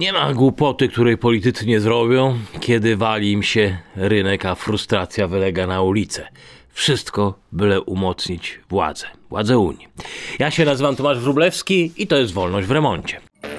Nie ma głupoty, której politycy nie zrobią, kiedy wali im się rynek, a frustracja wylega na ulicę. Wszystko byle umocnić władzę Unii. Ja się nazywam Tomasz Wróblewski i to jest Wolność w remoncie.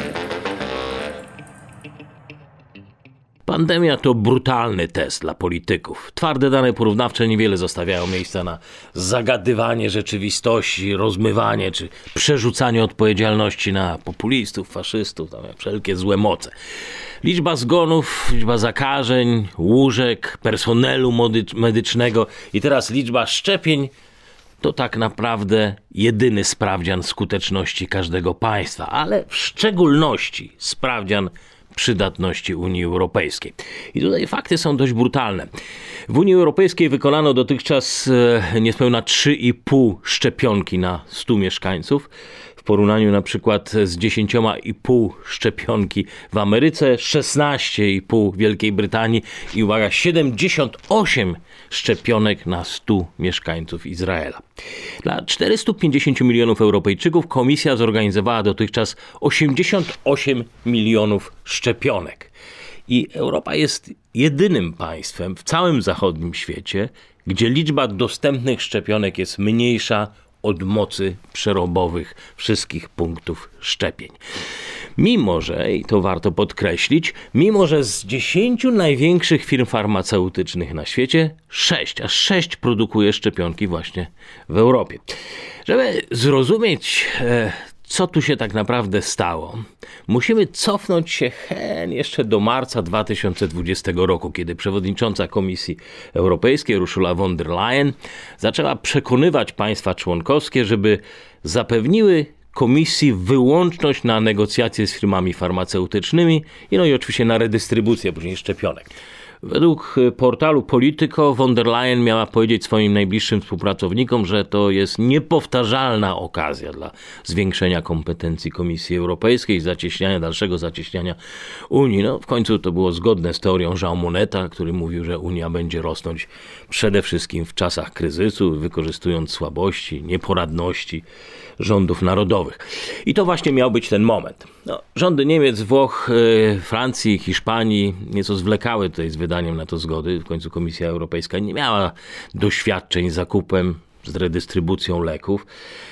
Pandemia to brutalny test dla polityków. Twarde dane porównawcze niewiele zostawiają miejsca na zagadywanie rzeczywistości, rozmywanie czy przerzucanie odpowiedzialności na populistów, faszystów, wszelkie złe moce. Liczba zgonów, liczba zakażeń, łóżek, personelu medycznego i teraz liczba szczepień to tak naprawdę jedyny sprawdzian skuteczności każdego państwa, ale w szczególności sprawdzian przydatności Unii Europejskiej. I tutaj fakty są dość brutalne. W Unii Europejskiej wykonano dotychczas niespełna 3,5 szczepionki na 100 mieszkańców. W porównaniu na przykład z 10,5 szczepionki w Ameryce, 16,5 w Wielkiej Brytanii i uwaga, 78 szczepionek na 100 mieszkańców Izraela. Dla 450 milionów Europejczyków Komisja zorganizowała dotychczas 88 milionów szczepionek. I Europa jest jedynym państwem w całym zachodnim świecie, gdzie liczba dostępnych szczepionek jest mniejsza od mocy przerobowych wszystkich punktów szczepień. Mimo że, i to warto podkreślić, mimo że z 10 największych firm farmaceutycznych na świecie, aż 6 produkuje szczepionki właśnie w Europie. Żeby zrozumieć, co tu się tak naprawdę stało, musimy cofnąć się jeszcze do marca 2020 roku, kiedy przewodnicząca Komisji Europejskiej Ursula von der Leyen zaczęła przekonywać państwa członkowskie, żeby zapewniły Komisji wyłączność na negocjacje z firmami farmaceutycznymi i oczywiście na redystrybucję później szczepionek. Według portalu Politico von der Leyen miała powiedzieć swoim najbliższym współpracownikom, że to jest niepowtarzalna okazja dla zwiększenia kompetencji Komisji Europejskiej, dalszego zacieśniania Unii. W końcu to było zgodne z teorią Jean Monneta, który mówił, że Unia będzie rosnąć przede wszystkim w czasach kryzysu, wykorzystując słabości, nieporadności rządów narodowych. I to właśnie miał być ten moment. Rządy Niemiec, Włoch, Francji, Hiszpanii nieco zwlekały tutaj z wydaniem na to zgody. W końcu Komisja Europejska nie miała doświadczeń z zakupem, z redystrybucją leków.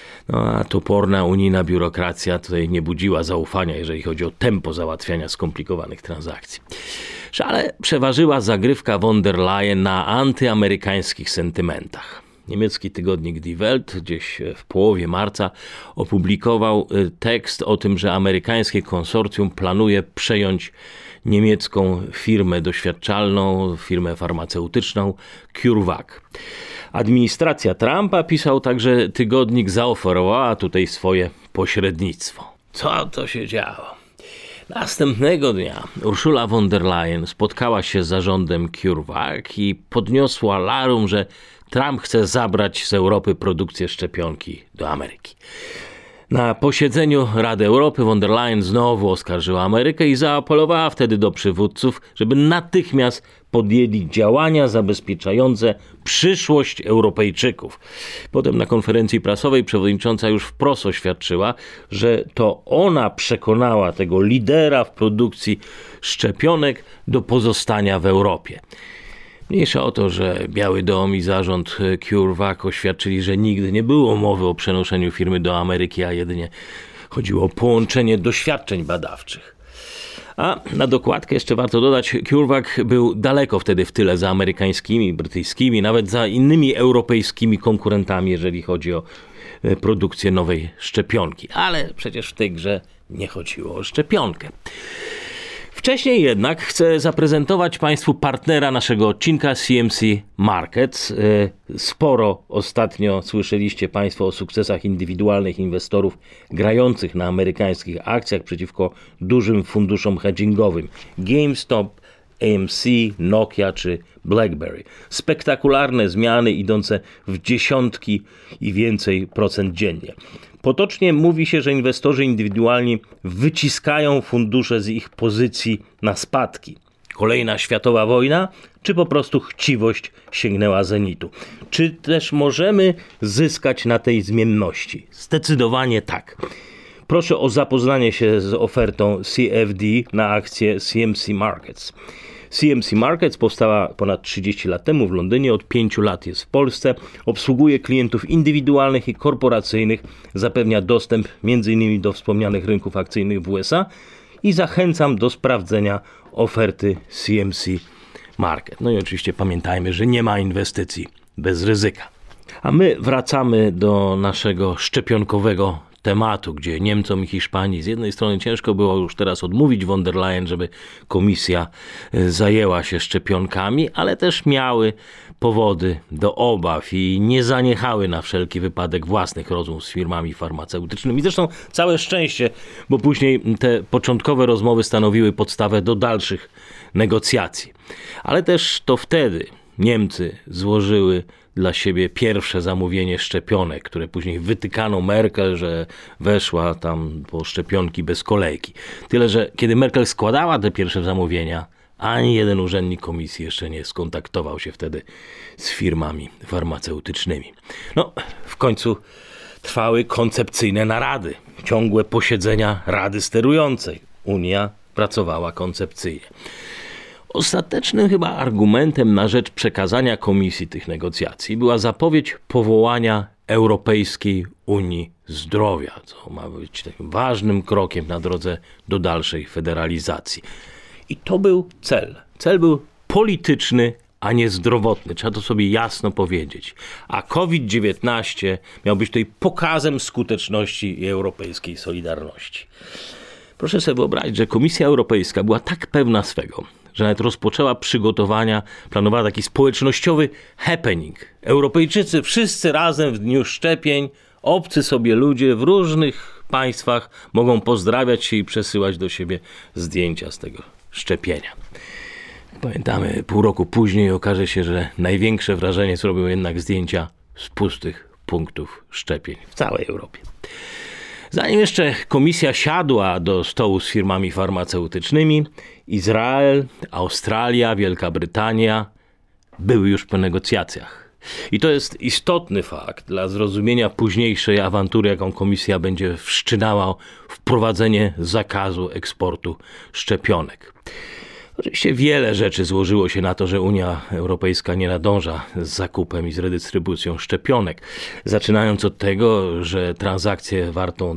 A toporna unijna biurokracja tutaj nie budziła zaufania, jeżeli chodzi o tempo załatwiania skomplikowanych transakcji. Ale przeważyła zagrywka von der Leyen na antyamerykańskich sentymentach. Niemiecki tygodnik Die Welt gdzieś w połowie marca opublikował tekst o tym, że amerykańskie konsorcjum planuje przejąć niemiecką firmę doświadczalną, firmę farmaceutyczną CureVac. Administracja Trumpa, pisał także tygodnik, zaoferowała tutaj swoje pośrednictwo. Co to się działo? Następnego dnia Ursula von der Leyen spotkała się z zarządem CureVac i podniosła larum, że Trump chce zabrać z Europy produkcję szczepionki do Ameryki. Na posiedzeniu Rady Europy von der Leyen znowu oskarżyła Amerykę i zaapelowała wtedy do przywódców, żeby natychmiast podjęli działania zabezpieczające przyszłość Europejczyków. Potem na konferencji prasowej przewodnicząca już wprost oświadczyła, że to ona przekonała tego lidera w produkcji szczepionek do pozostania w Europie. Mniejsza o to, że Biały Dom i zarząd CureVac oświadczyli, że nigdy nie było mowy o przenoszeniu firmy do Ameryki, a jedynie chodziło o połączenie doświadczeń badawczych. A na dokładkę jeszcze warto dodać, CureVac był daleko wtedy w tyle za amerykańskimi, brytyjskimi, nawet za innymi europejskimi konkurentami, jeżeli chodzi o produkcję nowej szczepionki. Ale przecież w tej grze nie chodziło o szczepionkę. Wcześniej jednak chcę zaprezentować Państwu partnera naszego odcinka, CMC Markets. Sporo ostatnio słyszeliście Państwo o sukcesach indywidualnych inwestorów grających na amerykańskich akcjach przeciwko dużym funduszom hedgingowym. GameStop, AMC, Nokia czy BlackBerry. Spektakularne zmiany idące w dziesiątki i więcej procent dziennie. Potocznie mówi się, że inwestorzy indywidualni wyciskają fundusze z ich pozycji na spadki. Kolejna światowa wojna, czy po prostu chciwość sięgnęła zenitu? Czy też możemy zyskać na tej zmienności? Zdecydowanie tak. Proszę o zapoznanie się z ofertą CFD na akcję CMC Markets. CMC Markets powstała ponad 30 lat temu w Londynie, od 5 lat jest w Polsce, obsługuje klientów indywidualnych i korporacyjnych, zapewnia dostęp m.in. do wspomnianych rynków akcyjnych w USA i zachęcam do sprawdzenia oferty CMC Market. No i oczywiście pamiętajmy, że nie ma inwestycji bez ryzyka. A my wracamy do naszego szczepionkowego tematu, gdzie Niemcom i Hiszpanii z jednej strony ciężko było już teraz odmówić von der Leyen, żeby komisja zajęła się szczepionkami, ale też miały powody do obaw i nie zaniechały na wszelki wypadek własnych rozmów z firmami farmaceutycznymi. Zresztą całe szczęście, bo później te początkowe rozmowy stanowiły podstawę do dalszych negocjacji. Ale też to wtedy Niemcy złożyły dla siebie pierwsze zamówienie szczepionek, które później wytykano Merkel, że weszła tam po szczepionki bez kolejki. Tyle, że kiedy Merkel składała te pierwsze zamówienia, ani jeden urzędnik komisji jeszcze nie skontaktował się wtedy z firmami farmaceutycznymi. No, w końcu trwały koncepcyjne narady, ciągłe posiedzenia Rady Sterującej. Unia pracowała koncepcyjnie. Ostatecznym chyba argumentem na rzecz przekazania komisji tych negocjacji była zapowiedź powołania Europejskiej Unii Zdrowia, co ma być takim ważnym krokiem na drodze do dalszej federalizacji. I to był cel. Cel był polityczny, a nie zdrowotny. Trzeba to sobie jasno powiedzieć. A COVID-19 miał być tutaj pokazem skuteczności i europejskiej solidarności. Proszę sobie wyobrazić, że Komisja Europejska była tak pewna swego, że nawet rozpoczęła przygotowania, planowała taki społecznościowy happening. Europejczycy wszyscy razem w dniu szczepień, obcy sobie ludzie w różnych państwach mogą pozdrawiać się i przesyłać do siebie zdjęcia z tego szczepienia. Pamiętamy, pół roku później okaże się, że największe wrażenie zrobiły jednak zdjęcia z pustych punktów szczepień w całej Europie. Zanim jeszcze komisja siadła do stołu z firmami farmaceutycznymi, Izrael, Australia, Wielka Brytania były już po negocjacjach. I to jest istotny fakt dla zrozumienia późniejszej awantury, jaką komisja będzie wszczynała wprowadzenie zakazu eksportu szczepionek. Oczywiście wiele rzeczy złożyło się na to, że Unia Europejska nie nadąża z zakupem i z redystrybucją szczepionek. Zaczynając od tego, że transakcję wartą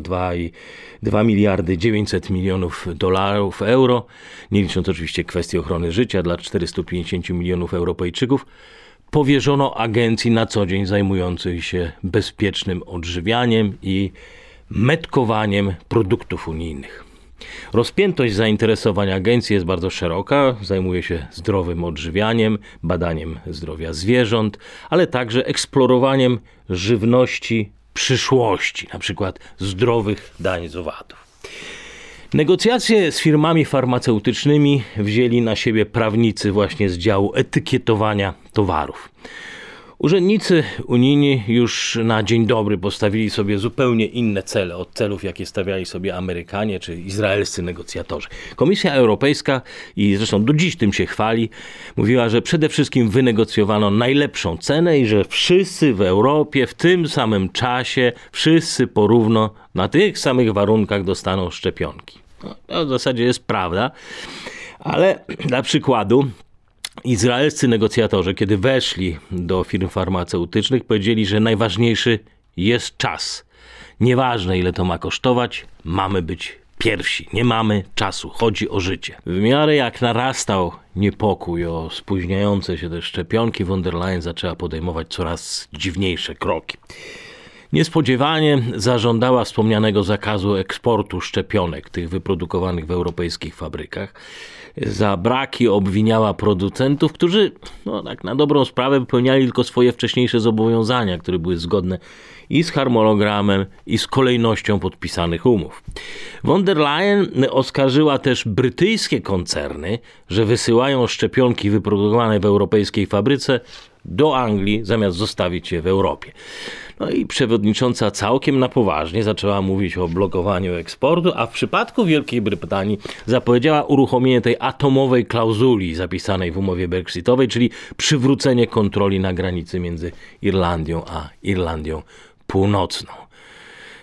2 miliardy 900 milionów dolarów, euro, nie licząc oczywiście kwestii ochrony życia dla 450 milionów Europejczyków, powierzono agencji na co dzień zajmującej się bezpiecznym odżywianiem i metkowaniem produktów unijnych. Rozpiętość zainteresowań agencji jest bardzo szeroka, zajmuje się zdrowym odżywianiem, badaniem zdrowia zwierząt, ale także eksplorowaniem żywności przyszłości, na przykład zdrowych dań z owadów. Negocjacje z firmami farmaceutycznymi wzięli na siebie prawnicy właśnie z działu etykietowania towarów. Urzędnicy unijni już na dzień dobry postawili sobie zupełnie inne cele od celów, jakie stawiali sobie Amerykanie czy izraelscy negocjatorzy. Komisja Europejska, i zresztą do dziś tym się chwali, mówiła, że przede wszystkim wynegocjowano najlepszą cenę i że wszyscy w Europie w tym samym czasie, wszyscy porówno na tych samych warunkach dostaną szczepionki. No, to w zasadzie jest prawda, ale dla przykładu izraelscy negocjatorzy, kiedy weszli do firm farmaceutycznych, powiedzieli, że najważniejszy jest czas. Nieważne, ile to ma kosztować, mamy być pierwsi. Nie mamy czasu, chodzi o życie. W miarę jak narastał niepokój o spóźniające się te szczepionki, von der Leyen zaczęła podejmować coraz dziwniejsze kroki. Niespodziewanie zażądała wspomnianego zakazu eksportu szczepionek, tych wyprodukowanych w europejskich fabrykach. Za braki obwiniała producentów, którzy tak na dobrą sprawę wypełniali tylko swoje wcześniejsze zobowiązania, które były zgodne i z harmonogramem, i z kolejnością podpisanych umów. Von der Leyen oskarżyła też brytyjskie koncerny, że wysyłają szczepionki wyprodukowane w europejskiej fabryce do Anglii, zamiast zostawić je w Europie. No i przewodnicząca całkiem na poważnie zaczęła mówić o blokowaniu eksportu, a w przypadku Wielkiej Brytanii zapowiedziała uruchomienie tej atomowej klauzuli zapisanej w umowie brexitowej, czyli przywrócenie kontroli na granicy między Irlandią a Irlandią Północną.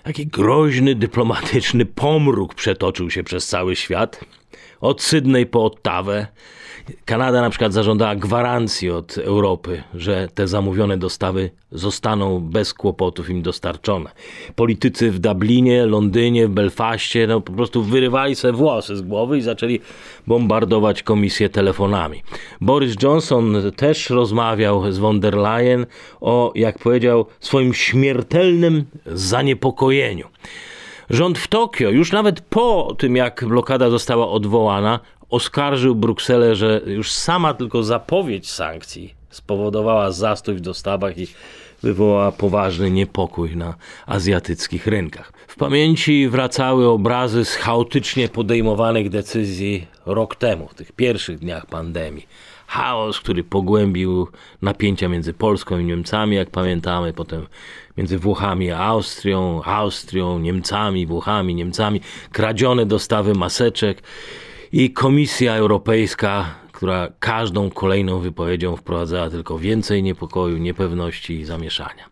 Taki groźny, dyplomatyczny pomruk przetoczył się przez cały świat. Od Sydney po Ottawę. Kanada na przykład zażądała gwarancji od Europy, że te zamówione dostawy zostaną bez kłopotów im dostarczone. Politycy w Dublinie, Londynie, w Belfaście po prostu wyrywali sobie włosy z głowy i zaczęli bombardować komisję telefonami. Boris Johnson też rozmawiał z von der Leyen o, jak powiedział, swoim śmiertelnym zaniepokojeniu. Rząd w Tokio, już nawet po tym, jak blokada została odwołana, oskarżył Brukselę, że już sama tylko zapowiedź sankcji spowodowała zastój w dostawach i wywołała poważny niepokój na azjatyckich rynkach. W pamięci wracały obrazy z chaotycznie podejmowanych decyzji rok temu, w tych pierwszych dniach pandemii. Chaos, który pogłębił napięcia między Polską i Niemcami, jak pamiętamy, potem między Włochami a Austrią, Niemcami, Włochami, Niemcami, kradzione dostawy maseczek i Komisja Europejska, która każdą kolejną wypowiedzią wprowadzała tylko więcej niepokoju, niepewności i zamieszania.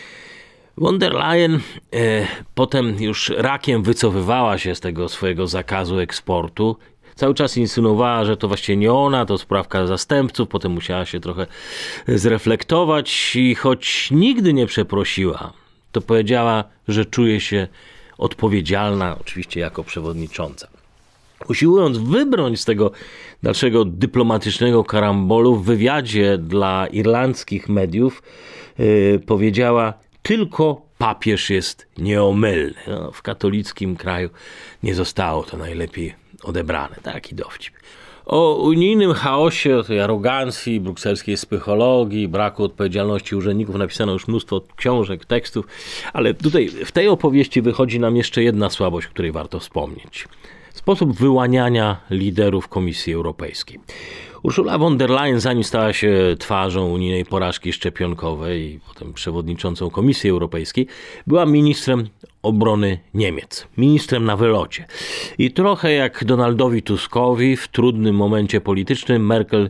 Von der Leyen potem już rakiem wycofywała się z tego swojego zakazu eksportu. Cały czas insynuowała, że to właściwie nie ona, to sprawka zastępców. Potem musiała się trochę zreflektować i choć nigdy nie przeprosiła, to powiedziała, że czuje się odpowiedzialna, oczywiście jako przewodnicząca. Usiłując wybrnąć z tego dalszego dyplomatycznego karambolu, w wywiadzie dla irlandzkich mediów powiedziała: tylko papież jest nieomylny. No, w katolickim kraju nie zostało to najlepiej odebrane. Taki dowcip. O unijnym chaosie, o tej arogancji, brukselskiej spychologii, braku odpowiedzialności urzędników napisano już mnóstwo książek, tekstów, ale tutaj w tej opowieści wychodzi nam jeszcze jedna słabość, o której warto wspomnieć. Sposób wyłaniania liderów Komisji Europejskiej. Ursula von der Leyen, zanim stała się twarzą unijnej porażki szczepionkowej i potem przewodniczącą Komisji Europejskiej, była ministrem obrony Niemiec. Ministrem na wylocie. I trochę jak Donaldowi Tuskowi w trudnym momencie politycznym Merkel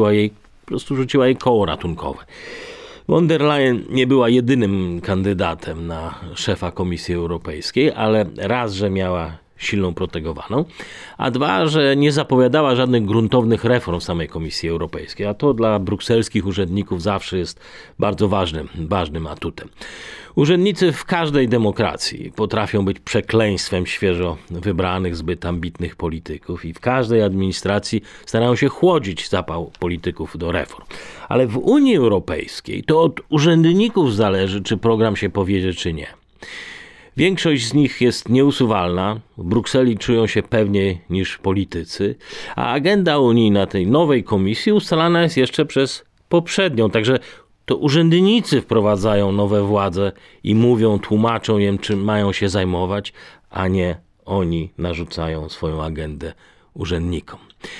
po prostu rzuciła jej koło ratunkowe. Von der Leyen nie była jedynym kandydatem na szefa Komisji Europejskiej, ale raz, że miała silną protegowaną, a dwa, że nie zapowiadała żadnych gruntownych reform samej Komisji Europejskiej, a to dla brukselskich urzędników zawsze jest bardzo ważnym atutem. Urzędnicy w każdej demokracji potrafią być przekleństwem świeżo wybranych, zbyt ambitnych polityków i w każdej administracji starają się chłodzić zapał polityków do reform. Ale w Unii Europejskiej to od urzędników zależy, czy program się powiedzie, czy nie. Większość z nich jest nieusuwalna, w Brukseli czują się pewniej niż politycy, a agenda unijna tej nowej komisji ustalana jest jeszcze przez poprzednią, także to urzędnicy wprowadzają nowe władze i mówią, tłumaczą im, czym mają się zajmować, a nie oni narzucają swoją agendę urzędnikom.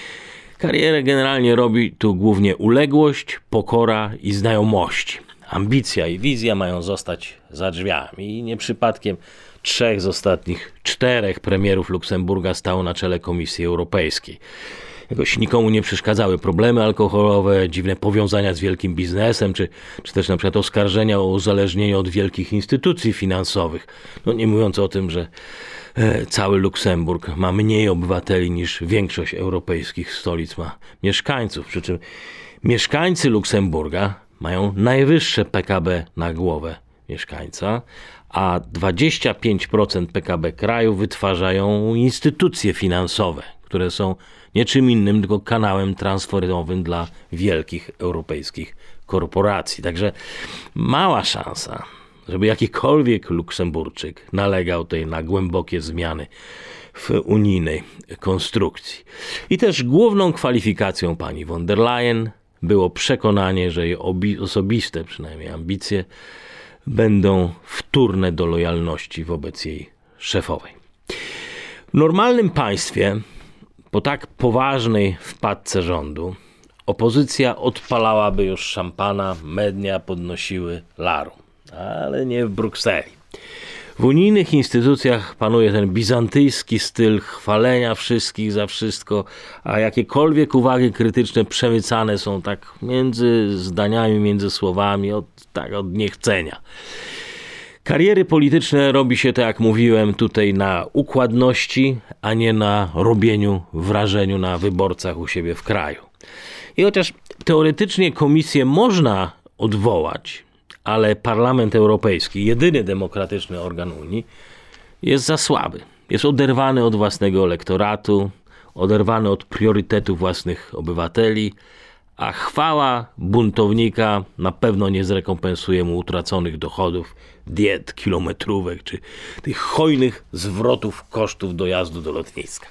Karierę generalnie robi tu głównie uległość, pokora i znajomości. Ambicja i wizja mają zostać za drzwiami i nie przypadkiem 3 z ostatnich 4 premierów Luksemburga stało na czele Komisji Europejskiej. Jakoś nikomu nie przeszkadzały problemy alkoholowe, dziwne powiązania z wielkim biznesem, czy też na przykład oskarżenia o uzależnienie od wielkich instytucji finansowych. No nie mówiąc o tym, że cały Luksemburg ma mniej obywateli niż większość europejskich stolic ma mieszkańców. Przy czym mieszkańcy Luksemburga mają najwyższe PKB na głowę mieszkańca, a 25% PKB kraju wytwarzają instytucje finansowe, które są niczym innym, tylko kanałem transferowym dla wielkich europejskich korporacji. Także mała szansa, żeby jakikolwiek Luksemburczyk nalegał tutaj na głębokie zmiany w unijnej konstrukcji. I też główną kwalifikacją pani von der Leyen było przekonanie, że jej osobiste przynajmniej ambicje będą wtórne do lojalności wobec jej szefowej. W normalnym państwie, po tak poważnej wpadce rządu, opozycja odpalałaby już szampana, media podnosiły larum, ale nie w Brukseli. W unijnych instytucjach panuje ten bizantyjski styl chwalenia wszystkich za wszystko, a jakiekolwiek uwagi krytyczne przemycane są tak między zdaniami, między słowami, od niechcenia. Kariery polityczne robi się, tak jak mówiłem, tutaj na układności, a nie na robieniu wrażeniu na wyborcach u siebie w kraju. I chociaż teoretycznie komisję można odwołać, ale Parlament Europejski, jedyny demokratyczny organ Unii, jest za słaby. Jest oderwany od własnego elektoratu, oderwany od priorytetów własnych obywateli, a chwała buntownika na pewno nie zrekompensuje mu utraconych dochodów, diet, kilometrówek czy tych hojnych zwrotów kosztów dojazdu do lotniska.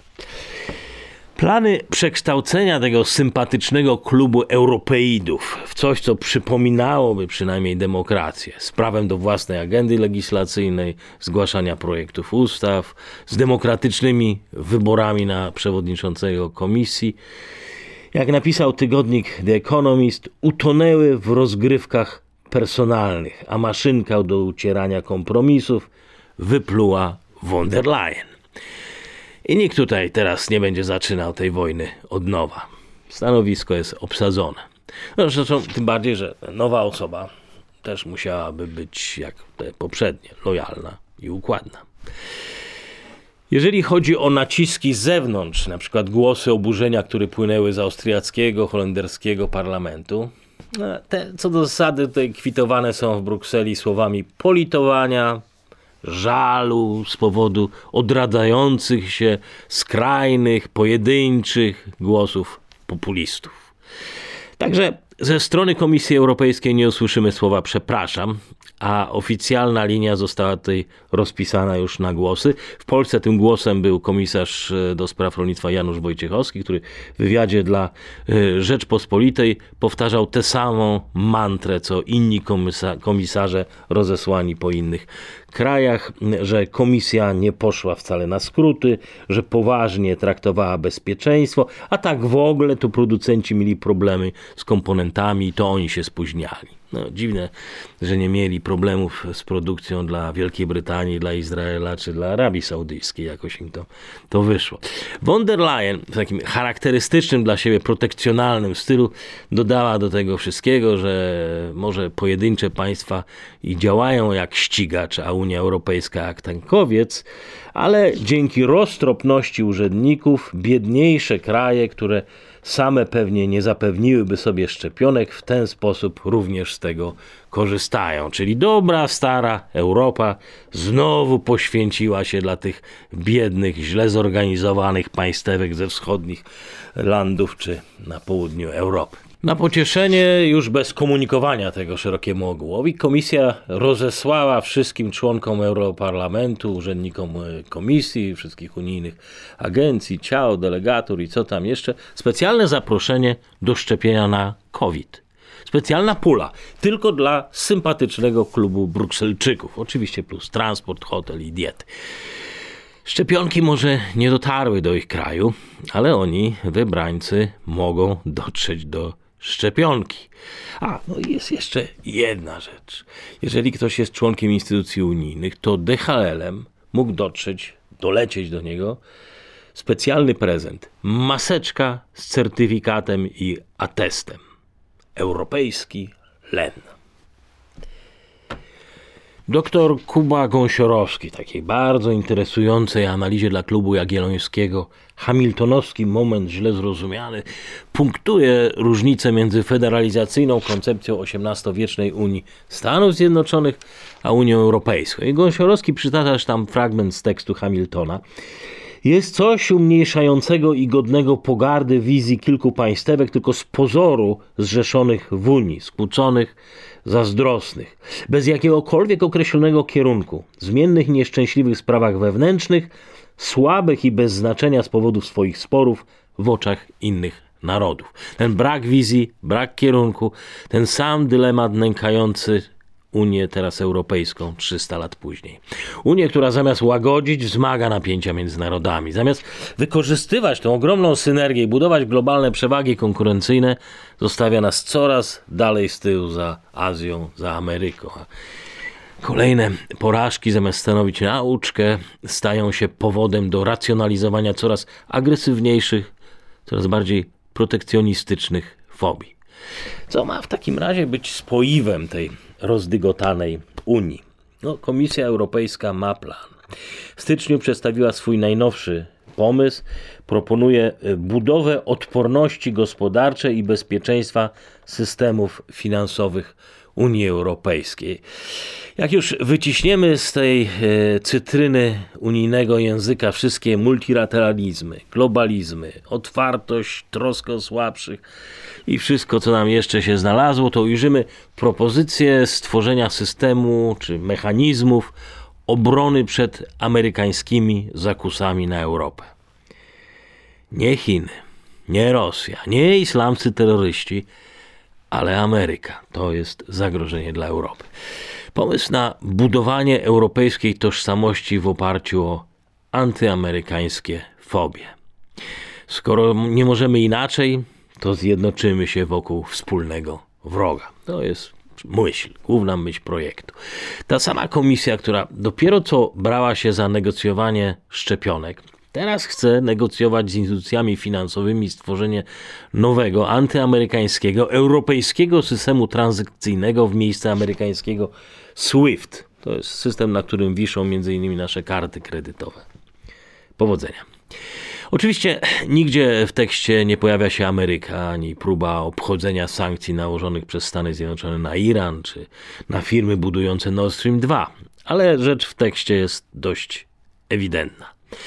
Plany przekształcenia tego sympatycznego klubu europeidów w coś, co przypominałoby przynajmniej demokrację, z prawem do własnej agendy legislacyjnej, zgłaszania projektów ustaw, z demokratycznymi wyborami na przewodniczącego komisji, jak napisał tygodnik The Economist, utonęły w rozgrywkach personalnych, a maszynka do ucierania kompromisów wypluła von der Leyen. I nikt tutaj teraz nie będzie zaczynał tej wojny od nowa. Stanowisko jest obsadzone. No zresztą tym bardziej, że nowa osoba też musiałaby być jak te poprzednie, lojalna i układna. Jeżeli chodzi o naciski z zewnątrz, na przykład głosy oburzenia, które płynęły z austriackiego, holenderskiego parlamentu, te co do zasady tutaj kwitowane są w Brukseli słowami politowania, żalu z powodu odradzających się, skrajnych, pojedynczych głosów populistów. Także ze strony Komisji Europejskiej nie usłyszymy słowa przepraszam, a oficjalna linia została tutaj rozpisana już na głosy. W Polsce tym głosem był komisarz do spraw rolnictwa Janusz Wojciechowski, który w wywiadzie dla Rzeczpospolitej powtarzał tę samą mantrę, co inni komisarze rozesłani po innych krajach, że komisja nie poszła wcale na skróty, że poważnie traktowała bezpieczeństwo, a tak w ogóle to producenci mieli problemy z komponentami i to oni się spóźniali. No, dziwne, że nie mieli problemów z produkcją dla Wielkiej Brytanii, dla Izraela czy dla Arabii Saudyjskiej. Jakoś im to wyszło. Von der Leyen w takim charakterystycznym dla siebie protekcjonalnym stylu dodała do tego wszystkiego, że może pojedyncze państwa i działają jak ścigacz, a Unia Europejska jak tankowiec, ale dzięki roztropności urzędników biedniejsze kraje, które same pewnie nie zapewniłyby sobie szczepionek, w ten sposób również z tego korzystają. Czyli dobra, stara Europa znowu poświęciła się dla tych biednych, źle zorganizowanych państewek ze wschodnich landów czy na południu Europy. Na pocieszenie, już bez komunikowania tego szerokiemu ogółowi, komisja rozesłała wszystkim członkom Europarlamentu, urzędnikom komisji, wszystkich unijnych agencji, ciał, delegatur i co tam jeszcze, specjalne zaproszenie do szczepienia na COVID. Specjalna pula, tylko dla sympatycznego klubu Brukselczyków, oczywiście plus transport, hotel i diety. Szczepionki może nie dotarły do ich kraju, ale oni, wybrańcy, mogą dotrzeć do szczepionki. No i jest jeszcze jedna rzecz. Jeżeli ktoś jest członkiem instytucji unijnych, to DHL-em mógł dolecieć do niego specjalny prezent. Maseczka z certyfikatem i atestem. Europejski len. Doktor Kuba Gąsiorowski, takiej bardzo interesującej analizie dla Klubu Jagiellońskiego, hamiltonowski moment źle zrozumiany, punktuje różnicę między federalizacyjną koncepcją XVIII-wiecznej Unii Stanów Zjednoczonych a Unią Europejską. I Gąsiorowski przytacza tam fragment z tekstu Hamiltona. Jest coś umniejszającego i godnego pogardy wizji kilku państewek, tylko z pozoru zrzeszonych w Unii, skłóconych, zazdrosnych, bez jakiegokolwiek określonego kierunku, zmiennych i nieszczęśliwych sprawach wewnętrznych, słabych i bez znaczenia z powodu swoich sporów w oczach innych narodów. Ten brak wizji, brak kierunku, ten sam dylemat nękający Unię teraz europejską 300 lat później. Unię, która zamiast łagodzić, wzmaga napięcia między narodami. Zamiast wykorzystywać tę ogromną synergię i budować globalne przewagi konkurencyjne, zostawia nas coraz dalej z tyłu za Azją, za Ameryką. Kolejne porażki, zamiast stanowić nauczkę, stają się powodem do racjonalizowania coraz agresywniejszych, coraz bardziej protekcjonistycznych fobii. Co ma w takim razie być spoiwem tej rozdygotanej Unii? No, Komisja Europejska ma plan. W styczniu przedstawiła swój najnowszy pomysł. Proponuje budowę odporności gospodarczej i bezpieczeństwa systemów finansowych Unii Europejskiej. Jak już wyciśniemy z tej cytryny unijnego języka wszystkie multilateralizmy, globalizmy, otwartość, troskę o słabszych i wszystko, co nam jeszcze się znalazło, to ujrzymy propozycję stworzenia systemu czy mechanizmów obrony przed amerykańskimi zakusami na Europę. Nie Chiny, nie Rosja, nie islamscy terroryści, ale Ameryka to jest zagrożenie dla Europy. Pomysł na budowanie europejskiej tożsamości w oparciu o antyamerykańskie fobie. Skoro nie możemy inaczej, to zjednoczymy się wokół wspólnego wroga. To jest główna myśl projektu. Ta sama komisja, która dopiero co brała się za negocjowanie szczepionek, teraz chce negocjować z instytucjami finansowymi stworzenie nowego, antyamerykańskiego, europejskiego systemu transakcyjnego w miejsce amerykańskiego SWIFT. To jest system, na którym wiszą m.in. nasze karty kredytowe. Powodzenia. Oczywiście nigdzie w tekście nie pojawia się Ameryka, ani próba obchodzenia sankcji nałożonych przez Stany Zjednoczone na Iran, czy na firmy budujące Nord Stream 2, ale rzecz w tekście jest dość ewidentna.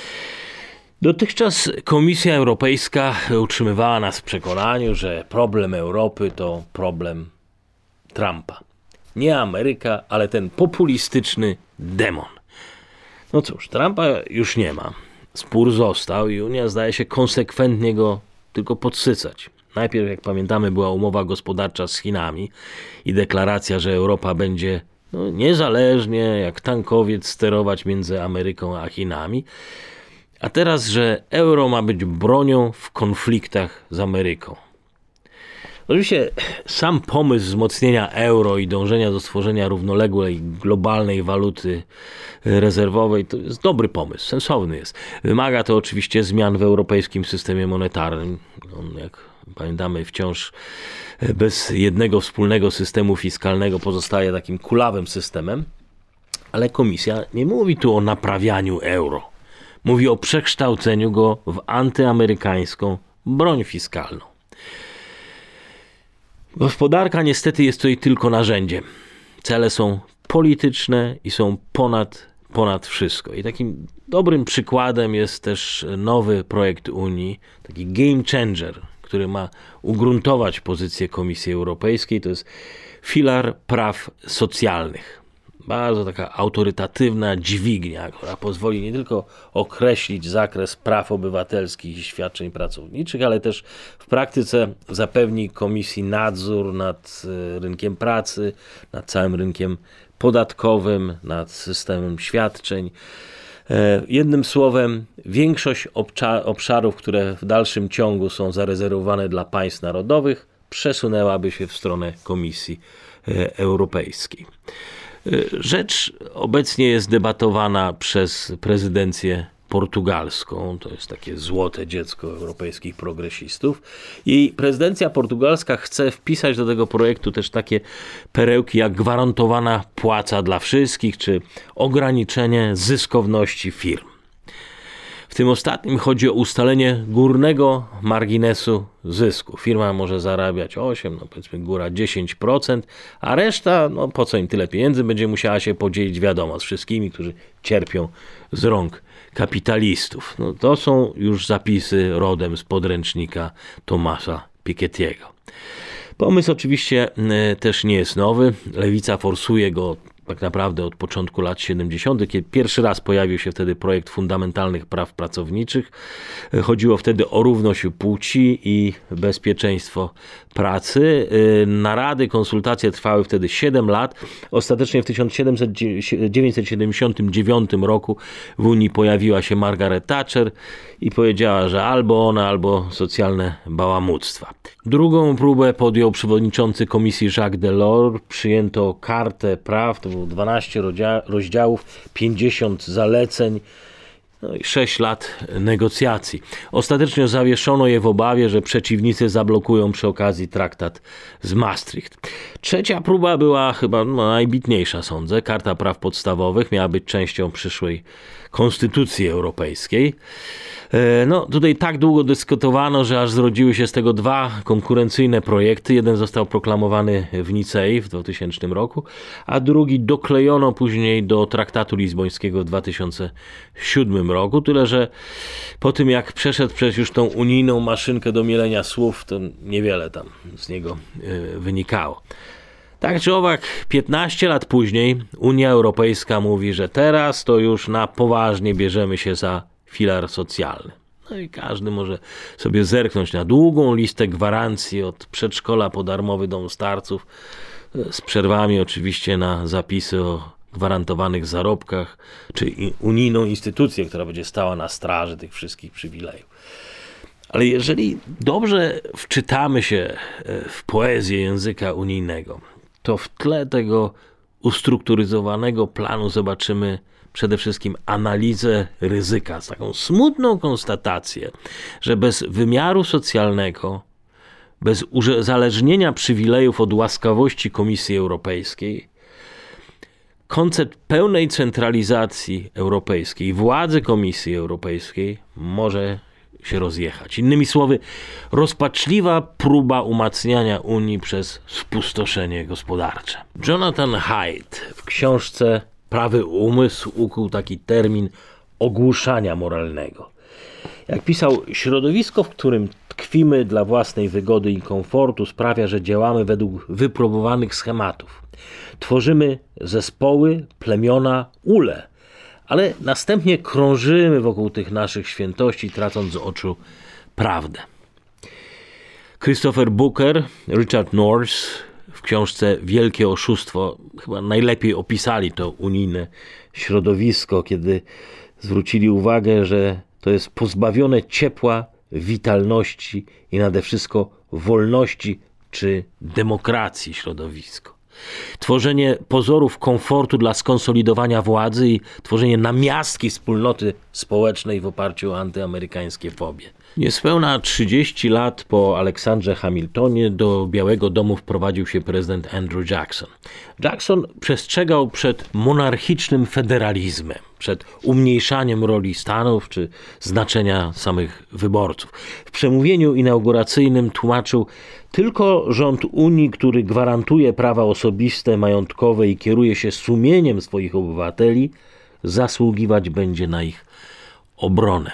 Dotychczas Komisja Europejska utrzymywała nas w przekonaniu, że problem Europy to problem Trumpa. Nie Ameryka, ale ten populistyczny demon. No cóż, Trumpa już nie ma. Spór został i Unia zdaje się konsekwentnie go tylko podsycać. Najpierw, jak pamiętamy, była umowa gospodarcza z Chinami i deklaracja, że Europa będzie niezależnie jak tankowiec sterować między Ameryką a Chinami. A teraz, że euro ma być bronią w konfliktach z Ameryką. Oczywiście sam pomysł wzmocnienia euro i dążenia do stworzenia równoległej globalnej waluty rezerwowej to jest dobry pomysł, sensowny jest. Wymaga to oczywiście zmian w europejskim systemie monetarnym. On, jak pamiętamy, wciąż bez jednego wspólnego systemu fiskalnego pozostaje takim kulawym systemem, ale Komisja nie mówi tu o naprawianiu euro. Mówi o przekształceniu go w antyamerykańską broń fiskalną. Gospodarka niestety jest tutaj tylko narzędziem. Cele są polityczne i są ponad wszystko. I takim dobrym przykładem jest też nowy projekt Unii, taki game changer, który ma ugruntować pozycję Komisji Europejskiej. To jest filar praw socjalnych. Bardzo taka autorytatywna dźwignia, która pozwoli nie tylko określić zakres praw obywatelskich i świadczeń pracowniczych, ale też w praktyce zapewni Komisji nadzór nad rynkiem pracy, nad całym rynkiem podatkowym, nad systemem świadczeń. Jednym słowem, większość obszarów, które w dalszym ciągu są zarezerwowane dla państw narodowych, przesunęłaby się w stronę Komisji Europejskiej. Rzecz obecnie jest debatowana przez prezydencję portugalską. To jest takie złote dziecko europejskich progresistów. I prezydencja portugalska chce wpisać do tego projektu też takie perełki jak gwarantowana płaca dla wszystkich, czy ograniczenie zyskowności firm. W tym ostatnim chodzi o ustalenie górnego marginesu zysku. Firma może zarabiać 8, powiedzmy góra 10%, a reszta, po co im tyle pieniędzy, będzie musiała się podzielić, wiadomo, z wszystkimi, którzy cierpią z rąk kapitalistów. To są już zapisy rodem z podręcznika Thomasa Piketty'ego. Pomysł oczywiście też nie jest nowy. Lewica forsuje go tak naprawdę od początku lat 70., kiedy pierwszy raz pojawił się wtedy projekt fundamentalnych praw pracowniczych. Chodziło wtedy o równość płci i bezpieczeństwo pracy. Narady, konsultacje trwały wtedy 7 lat. Ostatecznie w 1979 roku w Unii pojawiła się Margaret Thatcher i powiedziała, że albo ona, albo socjalne bałamuctwa. Drugą próbę podjął przewodniczący komisji Jacques Delors. Przyjęto kartę praw, to było 12 rozdziałów, 50 zaleceń No i 6 lat negocjacji. Ostatecznie zawieszono je w obawie, że przeciwnicy zablokują przy okazji traktat z Maastricht. Trzecia próba była chyba najbitniejsza, sądzę. Karta Praw Podstawowych miała być częścią przyszłej Konstytucji Europejskiej. Tutaj tak długo dyskutowano, że aż zrodziły się z tego 2 konkurencyjne projekty. Jeden został proklamowany w Nicei w 2000 roku, a drugi doklejono później do traktatu lizbońskiego w 2007 roku. Tyle, że po tym jak przeszedł przez już tą unijną maszynkę do mielenia słów, to niewiele tam z niego wynikało. Tak czy owak, 15 lat później Unia Europejska mówi, że teraz to już na poważnie bierzemy się za filar socjalny. No i każdy może sobie zerknąć na długą listę gwarancji od przedszkola po darmowy dom starców, z przerwami oczywiście na zapisy o gwarantowanych zarobkach, czy unijną instytucję, która będzie stała na straży tych wszystkich przywilejów. Ale jeżeli dobrze wczytamy się w poezję języka unijnego, to w tle tego ustrukturyzowanego planu zobaczymy przede wszystkim analizę ryzyka, z taką smutną konstatację, że bez wymiaru socjalnego, bez uzależnienia przywilejów od łaskawości Komisji Europejskiej, koncept pełnej centralizacji europejskiej, władzy Komisji Europejskiej może się rozjechać. Innymi słowy, rozpaczliwa próba umacniania Unii przez spustoszenie gospodarcze. Jonathan Haidt w książce Prawy umysł ukuł taki termin ogłuszania moralnego. Jak pisał, środowisko, w którym tkwimy dla własnej wygody i komfortu, sprawia, że działamy według wypróbowanych schematów. Tworzymy zespoły, plemiona, ule, ale następnie krążymy wokół tych naszych świętości, tracąc z oczu prawdę. Christopher Booker, Richard Norris w książce Wielkie oszustwo chyba najlepiej opisali to unijne środowisko, kiedy zwrócili uwagę, że to jest pozbawione ciepła, witalności i nade wszystko wolności czy demokracji środowisko. Tworzenie pozorów komfortu dla skonsolidowania władzy i tworzenie namiastki wspólnoty społecznej w oparciu o antyamerykańskie fobie. Niespełna 30 lat po Aleksandrze Hamiltonie do Białego Domu wprowadził się prezydent Andrew Jackson. Jackson przestrzegał przed monarchicznym federalizmem, przed umniejszaniem roli stanów czy znaczenia samych wyborców. W przemówieniu inauguracyjnym tłumaczył: tylko rząd Unii, który gwarantuje prawa osobiste, majątkowe i kieruje się sumieniem swoich obywateli, zasługiwać będzie na ich obronę.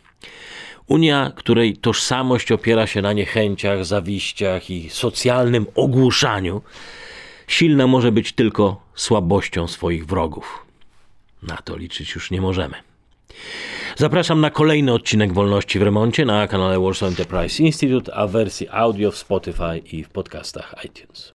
Unia, której tożsamość opiera się na niechęciach, zawiściach i socjalnym ogłuszaniu, silna może być tylko słabością swoich wrogów. Na to liczyć już nie możemy. Zapraszam na kolejny odcinek Wolności w Remoncie na kanale Warsaw Enterprise Institute, a w wersji audio w Spotify i w podcastach iTunes.